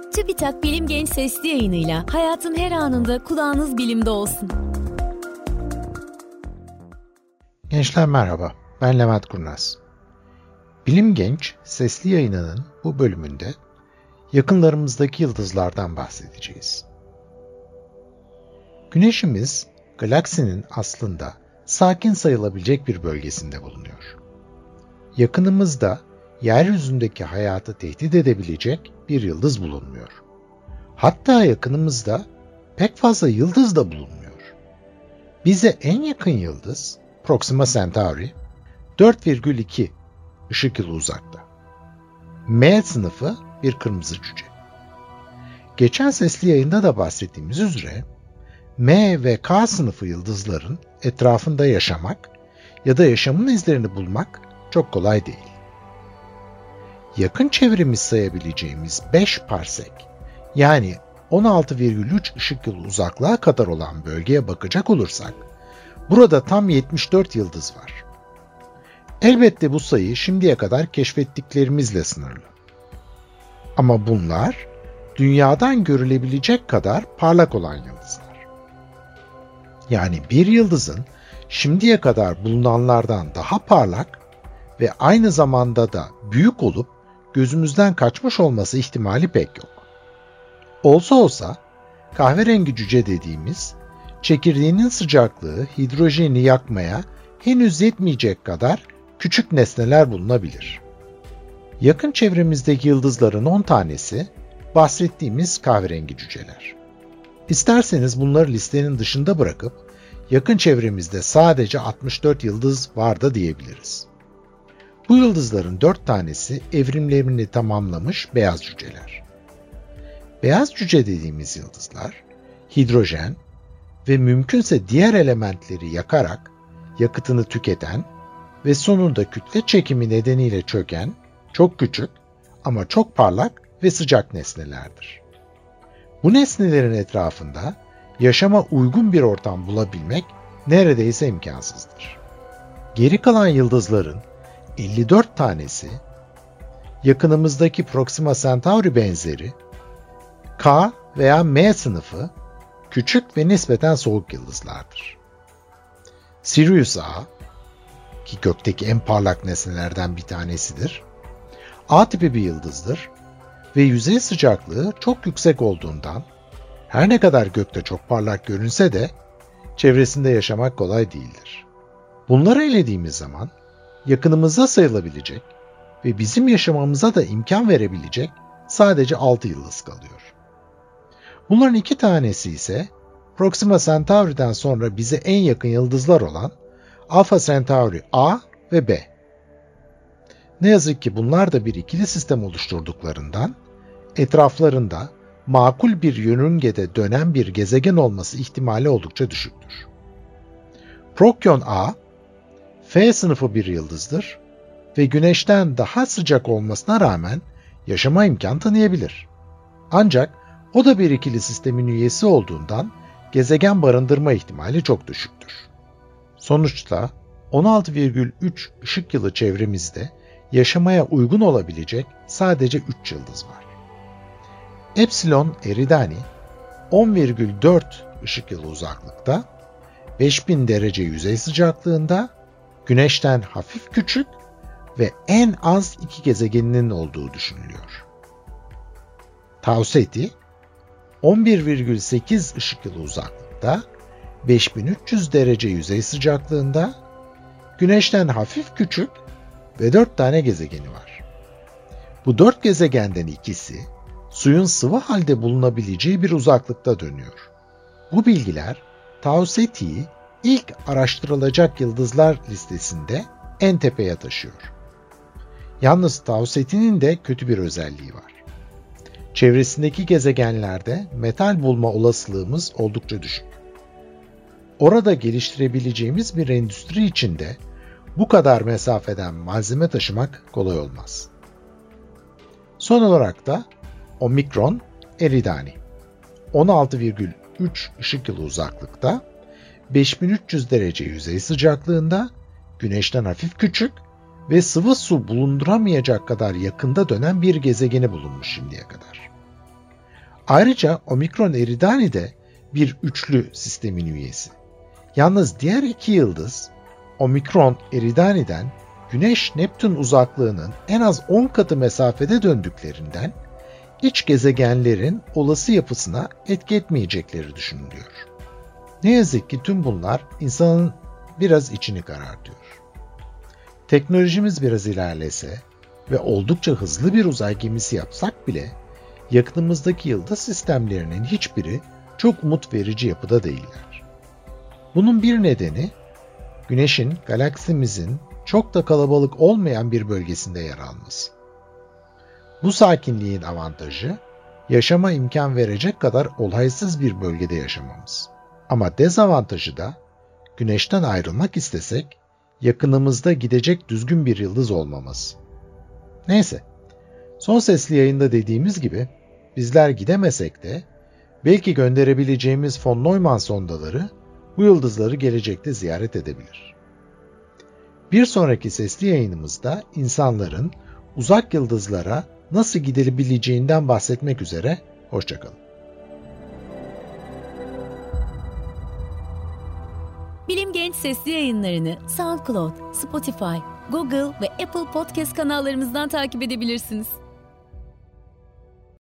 TÜBİTAK Bilim Genç Sesli Yayınıyla hayatın her anında kulağınız bilimde olsun. Gençler merhaba, ben Levent Kurnaz. Bilim Genç Sesli Yayınının bu bölümünde yakınlarımızdaki yıldızlardan bahsedeceğiz. Güneşimiz, galaksinin aslında sakin sayılabilecek bir bölgesinde bulunuyor. Yakınımızda yeryüzündeki hayatı tehdit edebilecek bir yıldız bulunmuyor. Hatta yakınımızda pek fazla yıldız da bulunmuyor. Bize en yakın yıldız Proxima Centauri 4,2 ışık yılı uzakta. M sınıfı bir kırmızı cüce. Geçen sesli yayında da bahsettiğimiz üzere M ve K sınıfı yıldızların etrafında yaşamak ya da yaşamın izlerini bulmak çok kolay değil. Yakın çevremiz sayabileceğimiz 5 parsek yani 16,3 ışık yılı uzaklığa kadar olan bölgeye bakacak olursak burada tam 74 yıldız var. Elbette bu sayı şimdiye kadar keşfettiklerimizle sınırlı. Ama bunlar dünyadan görülebilecek kadar parlak olan yıldızlar. Yani bir yıldızın şimdiye kadar bulunanlardan daha parlak ve aynı zamanda da büyük olup gözümüzden kaçmış olması ihtimali pek yok. Olsa olsa kahverengi cüce dediğimiz çekirdeğinin sıcaklığı hidrojeni yakmaya henüz yetmeyecek kadar küçük nesneler bulunabilir. Yakın çevremizdeki yıldızların 10 tanesi bahsettiğimiz kahverengi cüceler. İsterseniz bunları listenin dışında bırakıp yakın çevremizde sadece 64 yıldız var da diyebiliriz. Bu yıldızların 4 tanesi evrimlerini tamamlamış beyaz cüceler. Beyaz cüce dediğimiz yıldızlar hidrojen ve mümkünse diğer elementleri yakarak yakıtını tüketen ve sonunda kütle çekimi nedeniyle çöken çok küçük ama çok parlak ve sıcak nesnelerdir. Bu nesnelerin etrafında yaşama uygun bir ortam bulabilmek neredeyse imkansızdır. Geri kalan yıldızların 54 tanesi yakınımızdaki Proxima Centauri benzeri K veya M sınıfı küçük ve nispeten soğuk yıldızlardır. Sirius A, ki gökteki en parlak nesnelerden bir tanesidir, A tipi bir yıldızdır ve yüzey sıcaklığı çok yüksek olduğundan her ne kadar gökte çok parlak görünse de çevresinde yaşamak kolay değildir. Bunları elediğimiz zaman yakınımızda sayılabilecek ve bizim yaşamamıza da imkan verebilecek sadece 6 yıldız kalıyor. Bunların 2 tanesi ise Proxima Centauri'den sonra bize en yakın yıldızlar olan Alpha Centauri A ve B. Ne yazık ki bunlar da bir ikili sistem oluşturduklarından etraflarında makul bir yörüngede dönen bir gezegen olması ihtimali oldukça düşüktür. Prokyon A, F sınıfı bir yıldızdır ve Güneş'ten daha sıcak olmasına rağmen yaşama imkan tanıyabilir. Ancak o da bir ikili sistemin üyesi olduğundan gezegen barındırma ihtimali çok düşüktür. Sonuçta 16,3 ışık yılı çevremizde yaşamaya uygun olabilecek sadece 3 yıldız var. Epsilon Eridani 10,4 ışık yılı uzaklıkta, 5000 derece yüzey sıcaklığında, Güneş'ten hafif küçük ve en az 2 gezegeninin olduğu düşünülüyor. Tau Ceti 11,8 ışık yılı uzaklıkta, 5300 derece yüzey sıcaklığında, Güneş'ten hafif küçük ve 4 tane gezegeni var. Bu 4 gezegenden ikisi suyun sıvı halde bulunabileceği bir uzaklıkta dönüyor. Bu bilgiler Tau Ceti'yi ilk araştırılacak yıldızlar listesinde en tepeye taşıyor. Yalnız Tau Ceti'nin de kötü bir özelliği var. Çevresindeki gezegenlerde metal bulma olasılığımız oldukça düşük. Orada geliştirebileceğimiz bir endüstri içinde bu kadar mesafeden malzeme taşımak kolay olmaz. Son olarak da Omikron Eridani 16,3 ışık yılı uzaklıkta, 5300 derece yüzey sıcaklığında, Güneş'ten hafif küçük ve sıvı su bulunduramayacak kadar yakında dönen bir gezegeni bulunmuş şimdiye kadar. Ayrıca Omikron Eridani de bir üçlü sistemin üyesi. Yalnız diğer iki yıldız Omikron Eridani'den Güneş-Neptün uzaklığının en az 10 katı mesafede döndüklerinden iç gezegenlerin olası yapısına etki etmeyecekleri düşünülüyor. Ne yazık ki tüm bunlar insanın biraz içini karartıyor. Teknolojimiz biraz ilerlese ve oldukça hızlı bir uzay gemisi yapsak bile yakınımızdaki yıldız sistemlerinin hiçbiri çok umut verici yapıda değiller. Bunun bir nedeni Güneş'in galaksimizin çok da kalabalık olmayan bir bölgesinde yer alması. Bu sakinliğin avantajı yaşama imkan verecek kadar olaysız bir bölgede yaşamamız. Ama dezavantajı da Güneş'ten ayrılmak istesek yakınımızda gidecek düzgün bir yıldız olmamız. Neyse, son sesli yayında dediğimiz gibi bizler gidemesek de belki gönderebileceğimiz von Neumann sondaları bu yıldızları gelecekte ziyaret edebilir. Bir sonraki sesli yayınımızda insanların uzak yıldızlara nasıl gidebileceğinden bahsetmek üzere, hoşça kalın. Bilim Genç sesli yayınlarını SoundCloud, Spotify, Google ve Apple Podcast kanallarımızdan takip edebilirsiniz.